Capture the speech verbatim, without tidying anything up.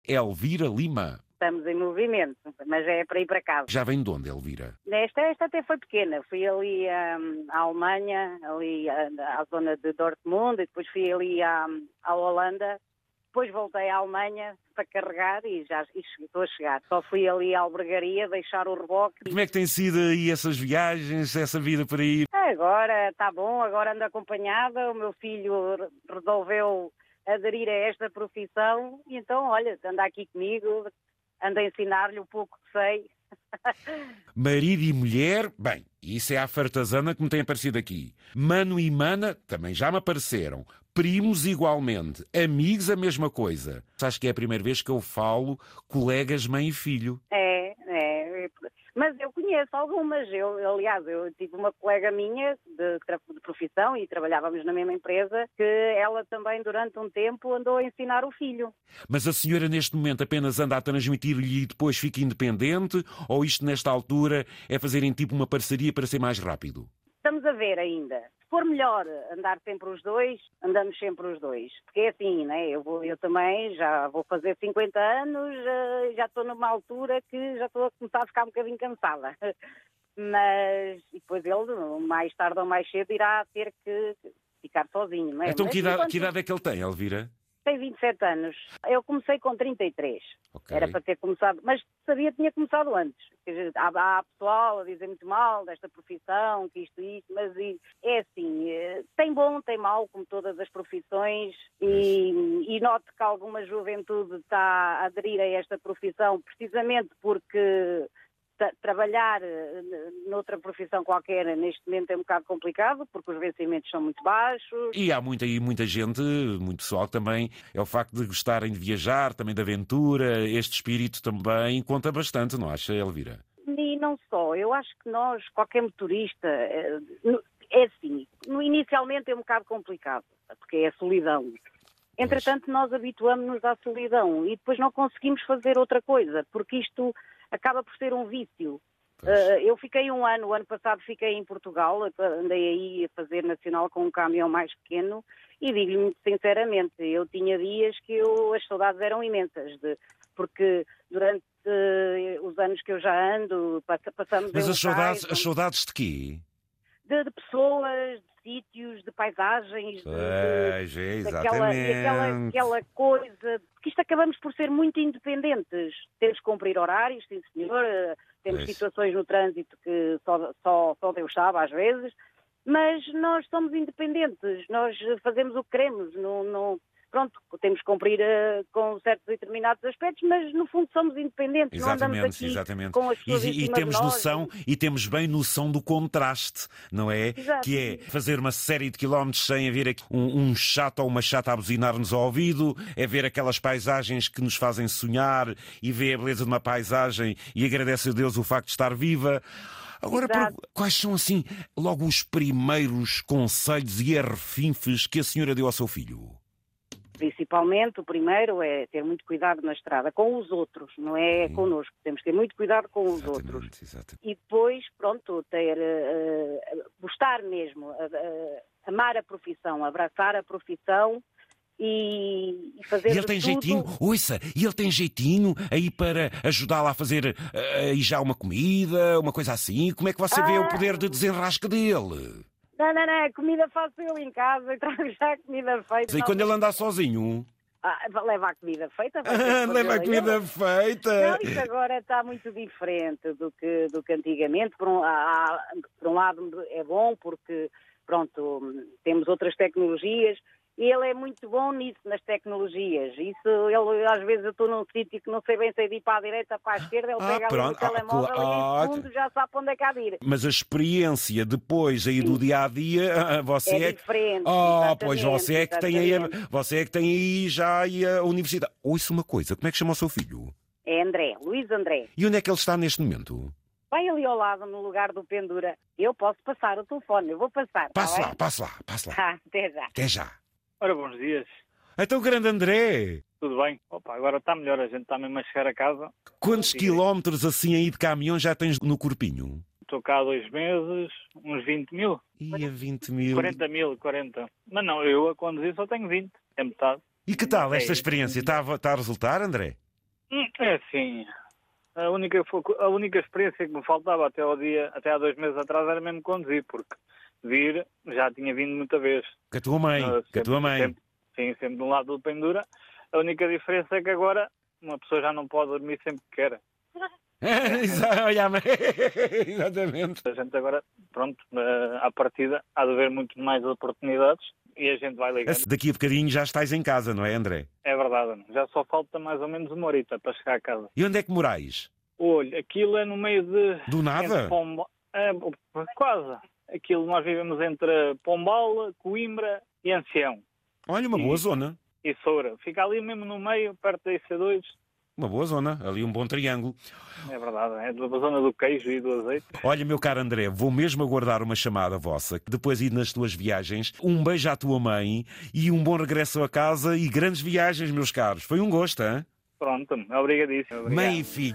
Elvira Lima. Estamos em movimento, mas é para ir para casa. Já vem de onde, Elvira? Esta, esta até foi pequena. Fui ali um, à Alemanha, ali à, à zona de Dortmund, e depois fui ali à, à Holanda. Depois voltei à Alemanha para carregar e já e estou a chegar. Só fui ali à albergaria deixar o reboque. Como é que tem sido aí essas viagens, essa vida por aí? Agora está bom, agora ando acompanhada. O meu filho resolveu aderir a esta profissão e então, olha, anda aqui comigo, ando a ensinar-lhe o pouco que sei. Marido e mulher, bem, isso é a fartazana que me tem aparecido aqui. Mano e mana também já me apareceram. Primos igualmente. Amigos a mesma coisa. Acho que é a primeira vez que eu falo colegas mãe e filho. É, é. Mas eu conheço algumas. Eu, aliás, eu tive uma colega minha de, de profissão e trabalhávamos na mesma empresa que ela também durante um tempo andou a ensinar o filho. Mas a senhora neste momento apenas anda a transmitir-lhe e depois fica independente? Ou isto nesta altura é fazerem tipo uma parceria para ser mais rápido? Estamos a ver ainda. Se for melhor andar sempre os dois, andamos sempre os dois. Porque é assim, né? Eu, vou, eu também já vou fazer cinquenta anos, já estou numa altura que já estou a começar a ficar um bocadinho cansada. Mas e depois ele, mais tarde ou mais cedo, irá ter que ficar sozinho. Não é? Então Mas, que idade, enquanto... que idade é que ele tem, Elvira? Tem vinte e sete anos. Eu comecei com trinta e três. Okay. Era para ter começado, mas sabia que tinha começado antes. Há, há pessoal a dizer muito mal desta profissão, que isto e isto, mas é assim, tem bom, tem mau, como todas as profissões, e, e noto que alguma juventude está a aderir a esta profissão precisamente porque trabalhar noutra profissão qualquer neste momento é um bocado complicado, porque os vencimentos são muito baixos. E há muita, e muita gente, muito pessoal também, é o facto de gostarem de viajar, também de aventura, este espírito também conta bastante, não acha, Elvira? E não só, eu acho que nós, qualquer motorista, é assim, inicialmente é um bocado complicado, porque é a solidão. Entretanto, nós habituamos-nos à solidão e depois não conseguimos fazer outra coisa, porque isto acaba por ser um vício. Uh, eu fiquei um ano, o ano passado fiquei em Portugal, andei aí a fazer nacional com um caminhão mais pequeno e digo-lhe muito sinceramente, eu tinha dias que eu, as saudades eram imensas, de, porque durante uh, os anos que eu já ando, passamos... Mas em as saudades, locais, as saudades de quê? De, de pessoas, de sítios, de paisagens, de, pois, de, exatamente. daquela, aquela, aquela coisa, porque isto acabamos por ser muito independentes. Temos que cumprir horários, sim senhor, temos pois. situações no trânsito que só, só, só Deus sabe às vezes, mas nós somos independentes, nós fazemos o que queremos, não... não pronto, temos que cumprir uh, com certos determinados aspectos, mas no fundo somos independentes, exatamente, não andamos aqui exatamente. com as pessoas e, em cima e temos de nós. noção, e temos bem noção do contraste, não é? Exato. Que é fazer uma série de quilómetros sem haver aqui um, um chato ou uma chata a buzinar-nos ao ouvido, é ver aquelas paisagens que nos fazem sonhar e ver a beleza de uma paisagem e agradece a Deus o facto de estar viva. Agora, para, quais são, assim, logo os primeiros conselhos e arrefinfes que a senhora deu ao seu filho? Principalmente, o primeiro é ter muito cuidado na estrada, com os outros, não é Sim. connosco. Temos que ter muito cuidado com os exatamente, outros. Exatamente. E depois, pronto, ter, uh, gostar mesmo, uh, uh, amar a profissão, abraçar a profissão e, e fazer E ele tem tudo... jeitinho, ouça, e ele tem jeitinho aí para ajudá-la a fazer uh, aí já uma comida, uma coisa assim? Como é que você ah. vê o poder de desenrasque dele? Não, não, não, a comida faço eu em casa e trago já a comida feita. E não, quando não... ele anda sozinho? Ah, leva a comida feita. Ah, leva a comida eu... feita. Não, isso agora está muito diferente do que, do que antigamente. Por um, há, por um lado é bom porque, pronto, temos outras tecnologias. E ele é muito bom nisso, nas tecnologias. Isso, ele, às vezes eu estou num sítio que não sei bem se é de ir para a direita ou para a esquerda, ele ah, pega pronto. ali no telemóvel ah, e em segundo já sabe para onde é que há de ir. Mas a experiência depois aí do dia-a-dia, você é... é diferente. Ah, oh, pois você é que tem aí, você é que tem aí já aí a universidade. Ouça uma coisa, como é que chama o seu filho? É André, Luís André. E onde é que ele está neste momento? Vai ali ao lado, no lugar do pendura. Eu posso passar o telefone, eu vou passar. Passe tá lá, passe lá, passe lá. Ah, até já. Até já. Ora, bons dias. Então, grande André. Tudo bem? Opa, agora está melhor, a gente está mesmo a chegar a casa. Quantos quilómetros assim aí de caminhão já tens no corpinho? Estou cá há dois meses, uns vinte mil. Ia vinte mil. quarenta mil, quarenta. Mas não, eu a conduzir só tenho vinte, é metade. E que tal esta experiência? Está a, está a resultar, André? É assim, a única, fo- a única experiência que me faltava até ao dia, até há dois meses atrás era mesmo conduzir, porque vir já tinha vindo muita vez. Com a tua mãe, Ah, com a tua mãe. Sempre, sim, sempre de um lado do pendura. A única diferença é que agora uma pessoa já não pode dormir sempre que quer. Exa- Olha a mãe. Exatamente. A gente agora, pronto, eh, à partida há de haver muito mais oportunidades e a gente vai ligando. Daqui a bocadinho já estás em casa, não é, André? É verdade, já só falta mais ou menos uma horita para chegar a casa. E onde é que morais? Olha, aquilo é no meio de... Do nada? entre Pomba- é, quase. Aquilo nós vivemos entre Pombal, Coimbra e Ancião. Olha, uma boa zona. E Soura. Fica ali mesmo no meio, perto da I C dois. Uma boa zona. Ali um bom triângulo. É verdade, é da zona do queijo e do azeite. Olha, meu caro André, vou mesmo aguardar uma chamada vossa, que depois ir nas tuas viagens. Um beijo à tua mãe e um bom regresso a casa e grandes viagens, meus caros. Foi um gosto, hein? Pronto, obrigadíssimo. Obrigado. Mãe e filho.